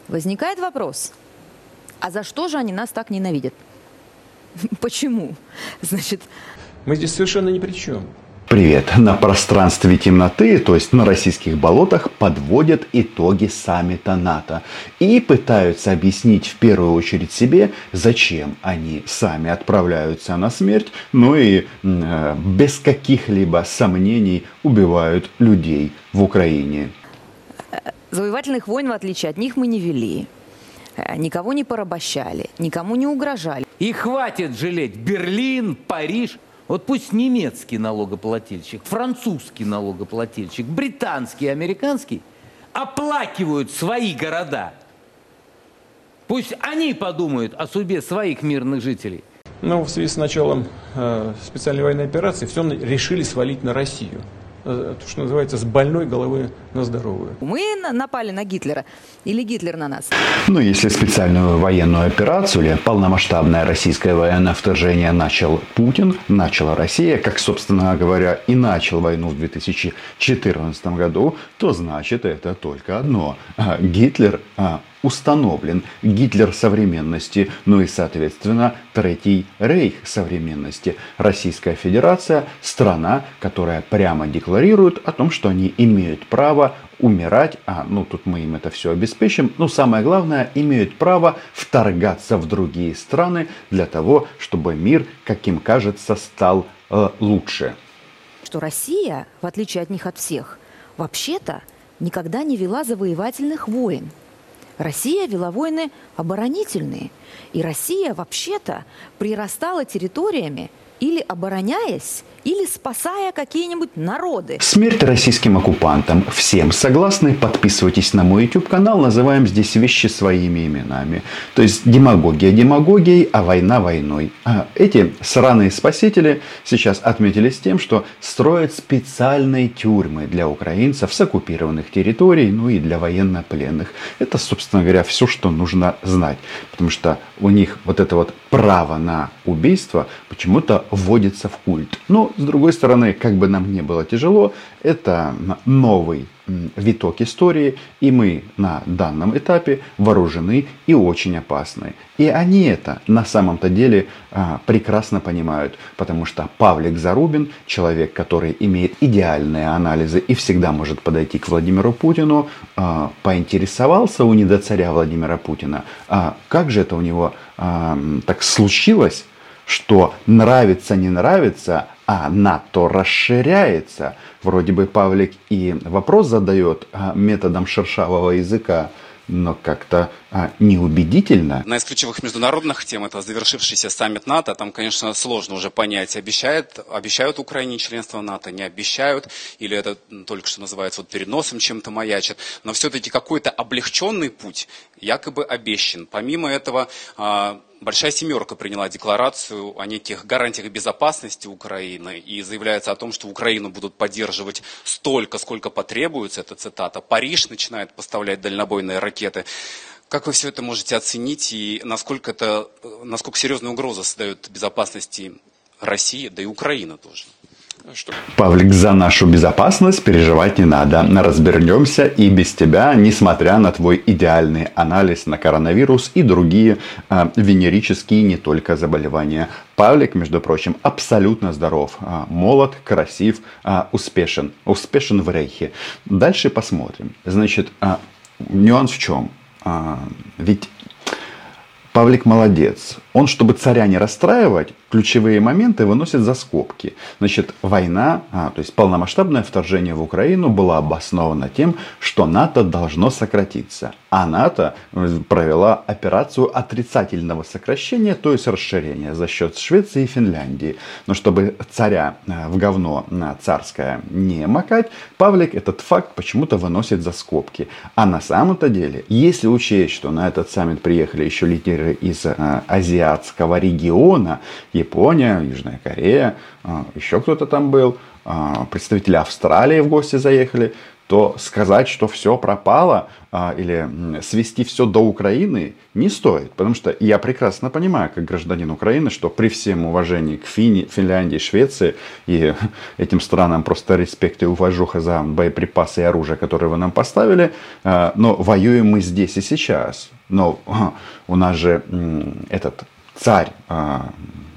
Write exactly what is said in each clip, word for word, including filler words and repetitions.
Возникает вопрос, а за что же они нас так ненавидят? Почему? Значит... Мы здесь совершенно ни при чем. Привет! На пространстве темноты, то есть на российских болотах, подводят итоги саммита НАТО и пытаются объяснить в первую очередь себе, зачем они сами отправляются на смерть, ну и э, без каких-либо сомнений убивают людей в Украине. Завоевательных войн, в отличие от них, мы не вели. Никого не порабощали, никому не угрожали. И хватит жалеть Берлин, Париж. Вот пусть немецкий налогоплательщик, французский налогоплательщик, британский, американский оплакивают свои города. Пусть они подумают о судьбе своих мирных жителей. Но в связи с началом э, специальной военной операции все решили свалить на Россию. То, что называется, с больной головы на здоровую. Мы напали на Гитлера или Гитлер на нас? Ну, если специальную военную операцию или полномасштабное российское военное вторжение начал Путин, начала Россия, как, собственно говоря, и начал войну в две тысячи четырнадцатом году, то значит это только одно. Гитлер установлен, Гитлер современности, ну и, соответственно, Третий Рейх современности. Российская Федерация – страна, которая прямо декларирует о том, что они имеют право умирать, а ну тут мы им это все обеспечим, но самое главное, имеют право вторгаться в другие страны для того, чтобы мир, как им кажется, стал э, лучше. Что Россия, в отличие от них от всех, вообще-то никогда не вела завоевательных войн. Россия вела войны оборонительные. И Россия вообще-то прирастала территориями, или обороняясь, или спасая какие-нибудь народы. Смерть российским оккупантам. Всем согласны? Подписывайтесь на мой YouTube канал. Называем здесь вещи своими именами. То есть демагогия демагогией, а война войной. А эти сраные спасители сейчас отметились тем, что строят специальные тюрьмы для украинцев с оккупированных территорий, ну и для военнопленных. Это, собственно говоря, все, что нужно знать. Потому что у них вот это вот право на убийство почему-то вводится в культ. Но, с другой стороны, как бы нам не было тяжело, это новый виток истории, и мы на данном этапе вооружены и очень опасны. И они это на самом-то деле а, прекрасно понимают, потому что Павлик Зарубин, человек, который имеет идеальные анализы и всегда может подойти к Владимиру Путину, а, поинтересовался у недоцаря Владимира Путина, а как же это у него а, так случилось, что нравится, не нравится, а НАТО расширяется. Вроде бы Павлик и вопрос задает методом шершавого языка, но как-то а, неубедительно. Одна из ключевых международных тем – это завершившийся саммит НАТО. Там, конечно, сложно уже понять, обещают, обещают Украине членство НАТО, не обещают, или это только что называется вот переносом чем-то маячит. Но все-таки какой-то облегченный путь якобы обещан. Помимо этого, Большая Семерка приняла декларацию о неких гарантиях безопасности Украины и заявляется о том, что Украину будут поддерживать столько, сколько потребуется. Это цитата. Париж начинает поставлять дальнобойные ракеты. Как вы все это можете оценить и насколько это, насколько серьезная угроза создает безопасности России, да и Украины тоже? Что? Павлик, за нашу безопасность переживать не надо. Разберемся и без тебя, несмотря на твой идеальный анализ на коронавирус и другие а, венерические не только заболевания. Павлик, между прочим, абсолютно здоров. А, молод, красив, а, успешен. Успешен в рейхе. Дальше посмотрим. Значит, а, нюанс в чем? А, ведь Павлик молодец. Он, чтобы царя не расстраивать, ключевые моменты выносит за скобки. Значит, война, а, то есть полномасштабное вторжение в Украину было обосновано тем, что НАТО должно сократиться. А НАТО провела операцию отрицательного сокращения, то есть расширения за счет Швеции и Финляндии. Но чтобы царя в говно царское не макать, Павлик этот факт почему-то выносит за скобки. А на самом-то деле, если учесть, что на этот саммит приехали еще лидеры из а, азиатского региона, Япония, Южная Корея, еще кто-то там был, представители Австралии в гости заехали, то сказать, что все пропало а, или свести все до Украины не стоит. Потому что я прекрасно понимаю, как гражданин Украины, что при всем уважении к Фини, Финляндии, Швеции и этим странам просто респект и уважуха за боеприпасы и оружие, которые вы нам поставили, а, но воюем мы здесь и сейчас. Но а, у нас же м, этот царь, а,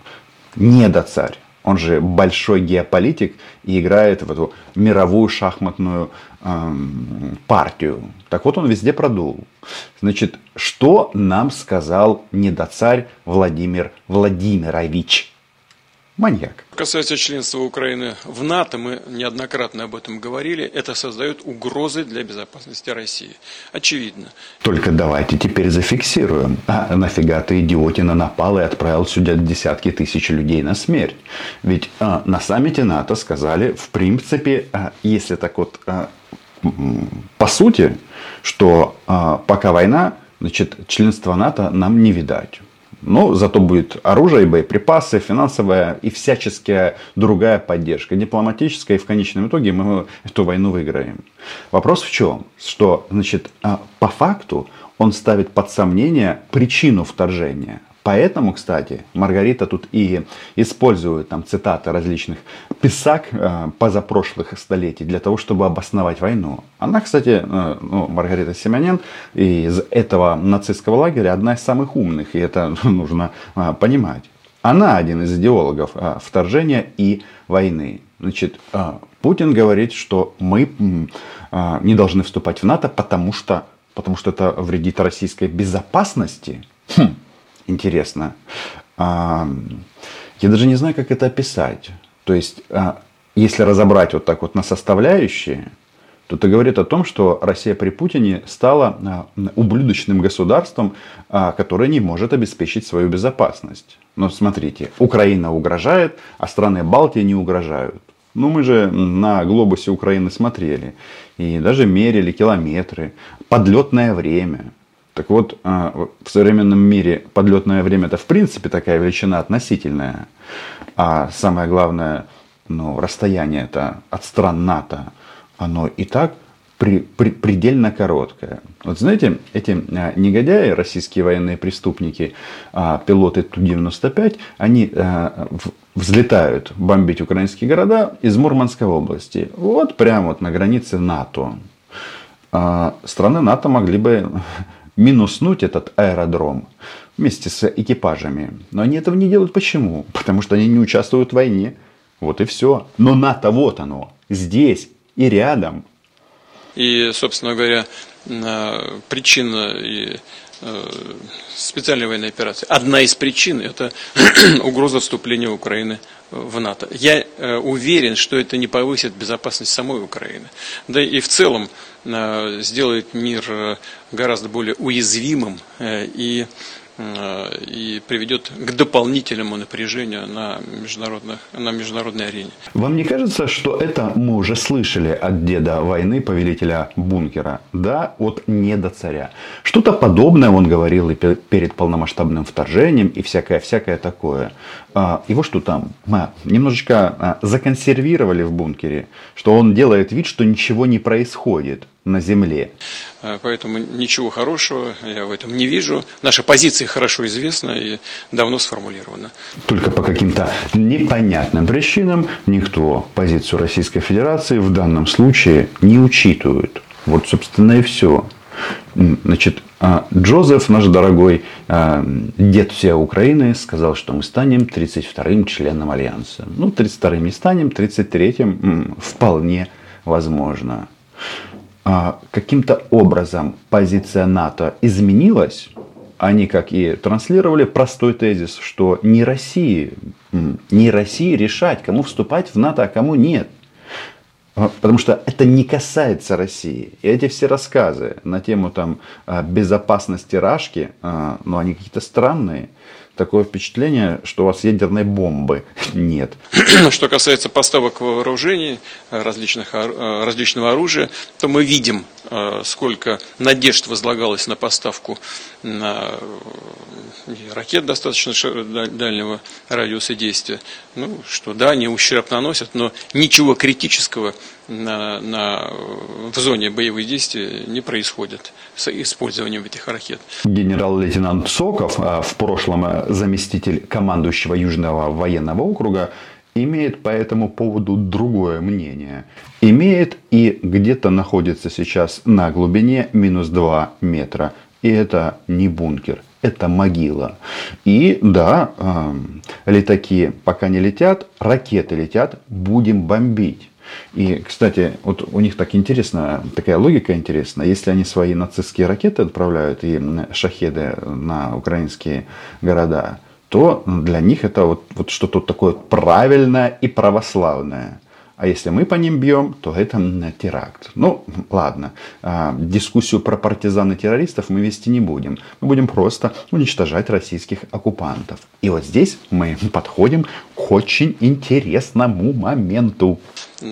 недоцарь, он же большой геополитик и играет в эту мировую шахматную э, партию. Так вот, он везде продул. Значит, что нам сказал недоцарь Владимир Владимирович? Маньяк. Что касается членства Украины в НАТО, мы неоднократно об этом говорили, это создает угрозы для безопасности России. Очевидно. Только давайте теперь зафиксируем. А нафига ты, идиотина, напал и отправил сюда десятки тысяч людей на смерть? Ведь а, на саммите НАТО сказали, в принципе, а, если так вот а, по сути, что а, пока война, значит, членство НАТО нам не видать. Но зато будет оружие и боеприпасы, финансовая и всяческая другая поддержка, дипломатическая, и в конечном итоге мы эту войну выиграем. Вопрос в чем? Что, значит, по факту он ставит под сомнение причину вторжения. Поэтому, кстати, Маргарита тут и использует там цитаты различных писак э, позапрошлых столетий для того, чтобы обосновать войну. Она, кстати, э, ну, Маргарита Симонян из этого нацистского лагеря одна из самых умных, и это нужно э, понимать. Она один из идеологов э, вторжения и войны. Значит, э, Путин говорит, что мы э, не должны вступать в НАТО, потому что, потому что это вредит российской безопасности. Хм. Интересно. Я даже не знаю, как это описать. То есть, если разобрать вот так вот на составляющие, то это говорит о том, что Россия при Путине стала ублюдочным государством, которое не может обеспечить свою безопасность. Но смотрите, Украина угрожает, а страны Балтии не угрожают. Ну, мы же на глобусе Украины смотрели. И даже мерили километры, подлетное время. Так вот, в современном мире подлетное время это в принципе такая величина относительная. А самое главное, ну, расстояние это от стран НАТО, оно и так при, при, предельно короткое. Вот знаете, эти негодяи, российские военные преступники, пилоты Ту девяносто пять, они взлетают бомбить украинские города из Мурманской области. Вот прямо вот на границе НАТО. Страны НАТО могли бы минуснуть этот аэродром вместе с экипажами. Но они этого не делают. Почему? Потому что они не участвуют в войне. Вот и все. Но НАТО вот оно. Здесь и рядом. И, собственно говоря, причина и специальной военной операции. Одна из причин – это угроза вступления Украины в НАТО. Я уверен, что это не повысит безопасность самой Украины. Да и в целом сделает мир гораздо более уязвимым и, и приведет к дополнительному напряжению на, международных, на международной арене. Вам не кажется, что это мы уже слышали от деда войны, повелителя бункера? Да, от недоцаря. Что-то подобное он говорил и перед полномасштабным вторжением и всякое-всякое такое. Его что там? Немножечко законсервировали в бункере, что он делает вид, что ничего не происходит на земле. Поэтому ничего хорошего я в этом не вижу. Наша позиция хорошо известна и давно сформулирована. Только по каким-то непонятным причинам никто позицию Российской Федерации в данном случае не учитывает. Вот, собственно, и все. Значит, Джозеф, наш дорогой дед всей Украины, сказал, что мы станем тридцать вторым членом Альянса. Ну, тридцать вторым не станем, тридцать третьим вполне возможно. Каким-то образом позиция НАТО изменилась. Они, как и транслировали, простой тезис, что не России, не России решать, кому вступать в НАТО, а кому нет. Потому что это не касается России. И эти все рассказы на тему там, безопасности Рашки, ну, они какие-то странные. Такое впечатление, что у вас ядерной бомбы нет. Что касается поставок вооружений, различных, различного оружия, то мы видим, сколько надежд возлагалось на поставку на ракет достаточно дальнего радиуса действия. Ну, что да, они ущерб наносят, но ничего критического на, на, в зоне боевых действий не происходит с использованием этих ракет. Генерал-лейтенант Соков, в прошлом заместитель командующего Южного военного округа, имеет по этому поводу другое мнение. Имеет и где-то находится сейчас на глубине минус два метра. И это не бункер, это могила. И да, э, летаки пока не летят, ракеты летят, будем бомбить. И, кстати, вот у них так интересно, такая логика интересна. Если они свои нацистские ракеты отправляют и шахеды на украинские города, то для них это вот, вот что-то такое правильное и православное. А если мы по ним бьем, то это теракт. Ну, ладно. Дискуссию про партизан и террористов мы вести не будем. Мы будем просто уничтожать российских оккупантов. И вот здесь мы подходим к очень интересному моменту.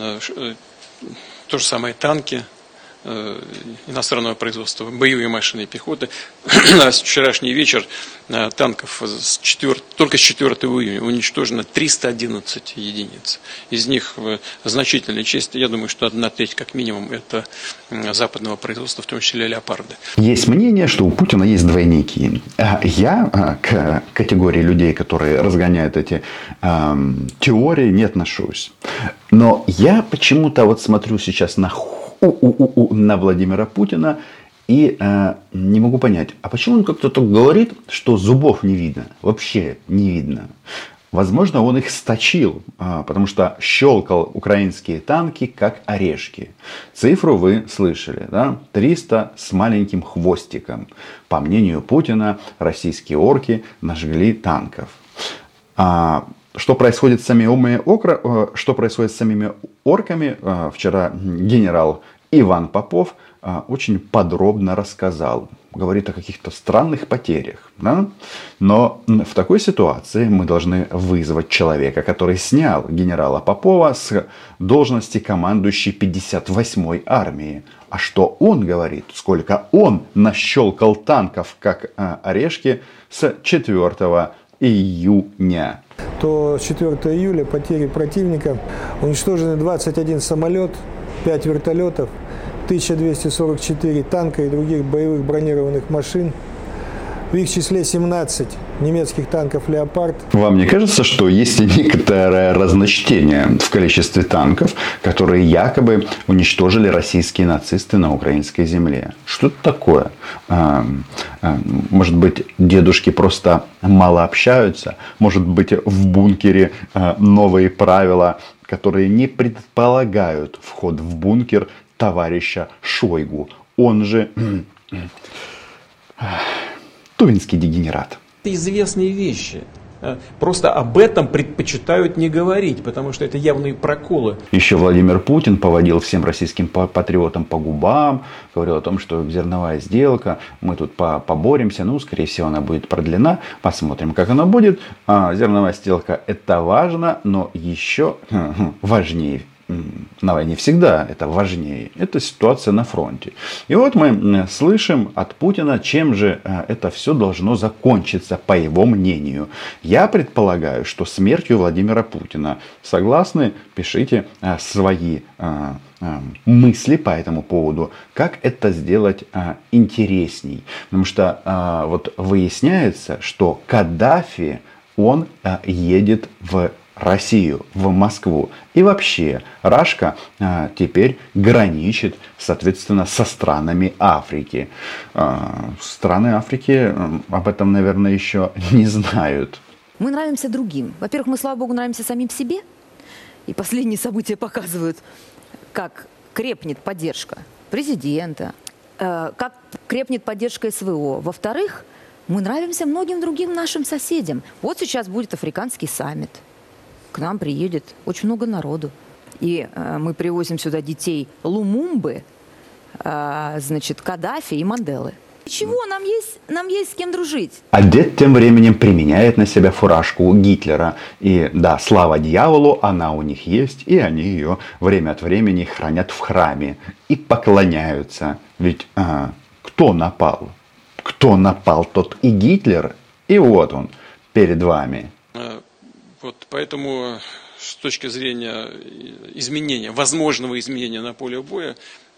То же самое танки иностранного производства, боевые машины и пехоты. На вчерашний вечер танков с четвёртого, только с четвёртого июня уничтожено триста одиннадцать единиц. Из них значительная часть, я думаю, что одна треть как минимум, это западного производства, в том числе леопарды. Есть мнение, что у Путина есть двойники. Я к категории людей, которые разгоняют эти э, теории, не отношусь. Но я почему-то вот смотрю сейчас на У-у-у-у на Владимира Путина и э, не могу понять, а почему он как-то так говорит, что зубов не видно, вообще не видно. Возможно, он их сточил, э, потому что щелкал украинские танки как орешки. Цифру вы слышали, да? триста с маленьким хвостиком. По мнению Путина, российские орки нажгли танков. А Что происходит с самими, окра... что происходит с самими орками, вчера генерал Иван Попов очень подробно рассказал. Говорит о каких-то странных потерях. Да? Но в такой ситуации мы должны вызвать человека, который снял генерала Попова с должности командующей пятьдесят восьмой армии. А что он говорит, сколько он нащелкал танков, как орешки, с четвёртого июня. То с четвёртого июля потери противника: уничтожены двадцать один самолет, пять вертолетов, тысяча двести сорок четыре танка и других боевых бронированных машин. В их числе семнадцать немецких танков «Леопард». Вам не кажется, что есть некоторое разночтение в количестве танков, которые якобы уничтожили российские нацисты на украинской земле? Что это такое? Может быть, дедушки просто мало общаются? Может быть, в бункере новые правила, которые не предполагают вход в бункер товарища Шойгу? Он же... Тувинский дегенерат. Это известные вещи. Просто об этом предпочитают не говорить, потому что это явные проколы. Еще Владимир Путин поводил всем российским патриотам по губам, говорил о том, что зерновая сделка, мы тут поборемся, ну, скорее всего, она будет продлена, посмотрим, как она будет. А, зерновая сделка – это важно, но еще важнее. На войне всегда это важнее. Это ситуация на фронте. И вот мы слышим от Путина, чем же это все должно закончиться, по его мнению. Я предполагаю, что смертью Владимира Путина. Согласны? Пишите свои мысли по этому поводу. Как это сделать интересней. Потому что вот выясняется, что Каддафи, он едет в Россию, в Москву. И вообще, Рашка а, теперь граничит, соответственно, со странами Африки. А, страны Африки а, об этом, наверное, еще не знают. Мы нравимся другим. Во-первых, мы, слава богу, нравимся самим себе. И последние события показывают, как крепнет поддержка президента, э, как крепнет поддержка СВО. Во-вторых, мы нравимся многим другим нашим соседям. Вот сейчас будет африканский саммит. К нам приедет очень много народу. И э, мы привозим сюда детей Лумумбы, э, значит, Каддафи и Манделы. Чего? Нам есть, нам есть с кем дружить. А дед тем временем применяет на себя фуражку Гитлера. И да, слава дьяволу, она у них есть. И они ее время от времени хранят в храме. И поклоняются. Ведь а, кто напал? Кто напал, тот и Гитлер. И вот он перед вами. Вот поэтому с точки зрения изменения, возможного изменения на поле боя,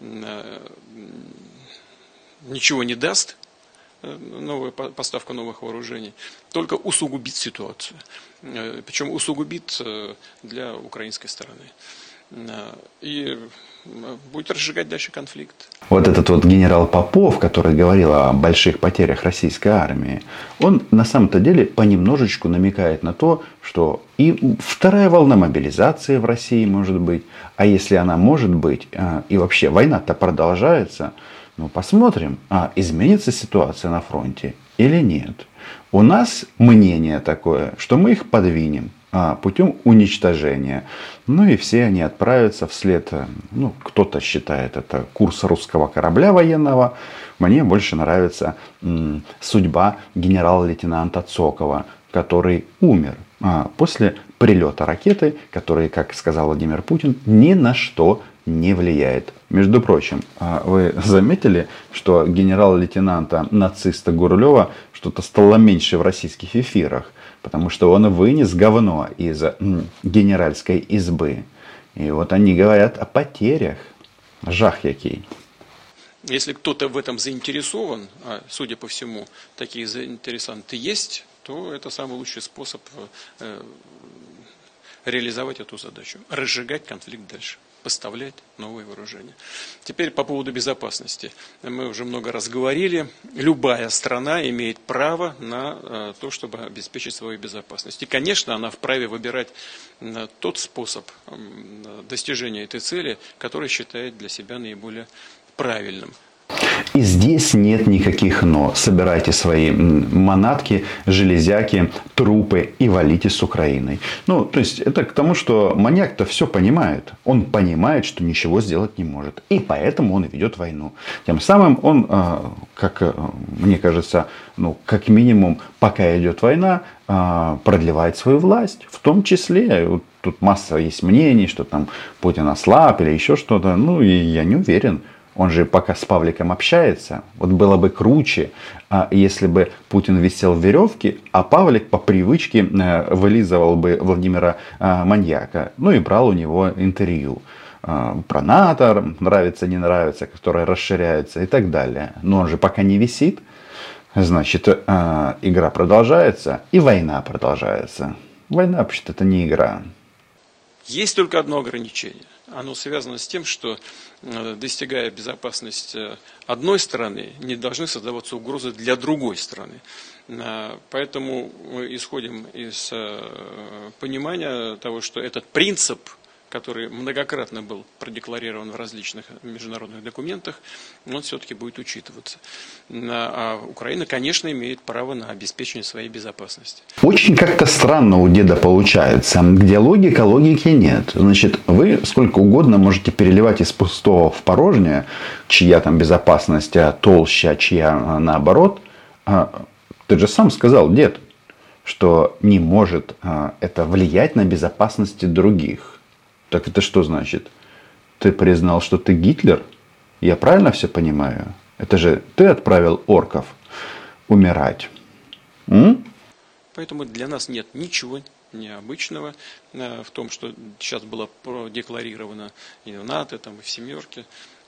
ничего не даст, новая поставка новых вооружений, только усугубит ситуацию. Причем усугубит для украинской стороны. И будет разжигать дальше конфликт. Вот этот вот генерал Попов, который говорил о больших потерях российской армии, он на самом-то деле понемножечку намекает на то, что и вторая волна мобилизации в России может быть, а если она может быть, и вообще война-то продолжается, ну посмотрим, а изменится ситуация на фронте или нет. У нас мнение такое, что мы их подвинем а, путем уничтожения. Ну и все они отправятся вслед, ну кто-то считает это курс русского корабля военного. Мне больше нравится м, судьба генерала-лейтенанта Цокова, который умер а, после прилета ракеты, который, как сказал Владимир Путин, ни на что не влияет. Между прочим, вы заметили, что генерал-лейтенанта нациста Гурлева что-то стало меньше в российских эфирах, потому что он вынес говно из генеральской избы. И вот они говорят о потерях. Жах який. Если кто-то в этом заинтересован, а судя по всему, такие заинтересанты есть, то это самый лучший способ реализовать эту задачу. Разжигать конфликт дальше. Поставлять новые вооружения. Теперь по поводу безопасности. Мы уже много раз говорили, любая страна имеет право на то, чтобы обеспечить свою безопасность. И, конечно, она вправе выбирать тот способ достижения этой цели, который считает для себя наиболее правильным. И здесь нет никаких «но». Собирайте свои манатки, железяки, трупы и валите с Украиной. Ну, то есть, это к тому, что маньяк-то все понимает. Он понимает, что ничего сделать не может. И поэтому он ведет войну. Тем самым он, как мне кажется, ну, как минимум, пока идет война, продлевает свою власть. В том числе, тут масса есть мнений, что там Путин ослаб или еще что-то. Ну, и я не уверен. Он же пока с Павликом общается. Вот было бы круче, если бы Путин висел в веревке, а Павлик по привычке вылизывал бы Владимира маньяка. Ну и брал у него интервью. Про НАТО, нравится, не нравится, которое расширяется и так далее. Но он же пока не висит. Значит, игра продолжается и война продолжается. Война, вообще-то, это не игра. Есть только одно ограничение. Оно связано с тем, что, достигая безопасности одной страны, не должны создаваться угрозы для другой страны. Поэтому мы исходим из понимания того, что этот принцип, который многократно был продекларирован в различных международных документах, он все-таки будет учитываться. А Украина, конечно, имеет право на обеспечение своей безопасности. Очень как-то странно у деда получается. Где логика, логики нет. Значит, вы сколько угодно можете переливать из пустого в порожнее, чья там безопасность толще, а чья наоборот. Ты же сам сказал, дед, что не может это влиять на безопасность других. Так это что значит? Ты признал, что ты Гитлер? Я правильно все понимаю? Это же ты отправил орков умирать. М? Поэтому для нас нет ничего необычного в том, что сейчас было продекларировано и в НАТО, там, и в «семерке».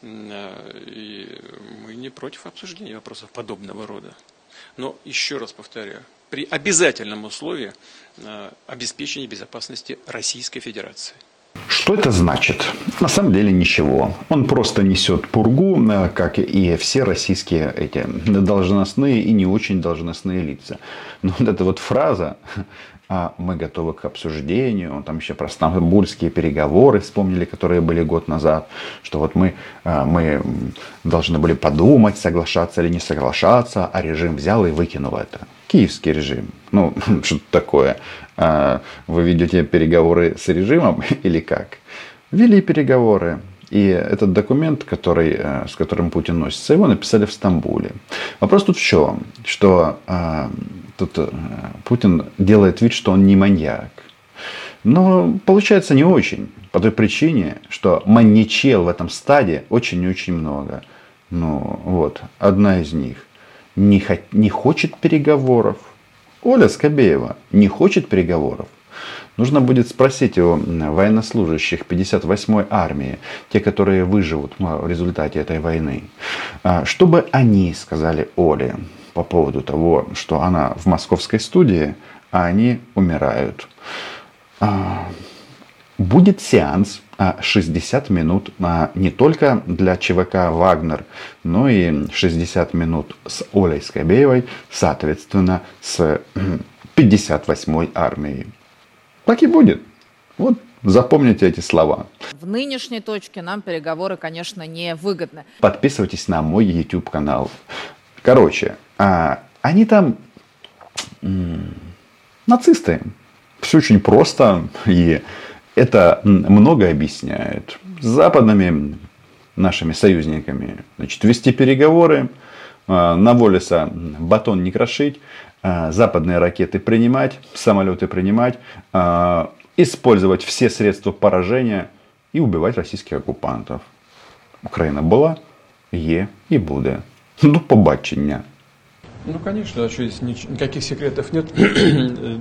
И мы не против обсуждения вопросов подобного рода. Но еще раз повторяю, при обязательном условии обеспечения безопасности Российской Федерации. Что это значит? На самом деле ничего. Он просто несет пургу, как и все российские эти должностные и не очень должностные лица. Но вот эта вот фраза а «мы готовы к обсуждению», там еще про стамбульские переговоры вспомнили, которые были год назад, что вот мы, мы должны были подумать, соглашаться или не соглашаться, а режим взял и выкинул это. Киевский режим. Ну, что-то такое. Вы ведете переговоры с режимом или как? Вели переговоры. И этот документ, который, с которым Путин носится, его написали в Стамбуле. Вопрос тут в чем? Что э, тут э, Путин делает вид, что он не маньяк. Но получается не очень. По той причине, что маньячел в этом стаде очень и очень много. Ну вот, одна из них не, хо- не хочет переговоров. Оля Скобеева не хочет переговоров. Нужно будет спросить у военнослужащих пятьдесят восьмой армии, те, которые выживут в результате этой войны, что бы они сказали Оле по поводу того, что она в московской студии, а они умирают. Будет сеанс шестьдесят минут не только для ЧВК «Вагнер», но и шестьдесят минут с Олей Скобеевой, соответственно, с пятьдесят восьмой армией. Так и будет. Вот запомните эти слова. В нынешней точке нам переговоры, конечно, не выгодны. Подписывайтесь на мой YouTube канал. Короче, они там нацисты. Все очень просто, и это много объясняет. С западными нашими союзниками, значит, вести переговоры, на Волеса батон не крошить, западные ракеты принимать, самолеты принимать, использовать все средства поражения и убивать российских оккупантов. Украина была, є и буде. До побачення. Ну, конечно, а что здесь никаких секретов нет.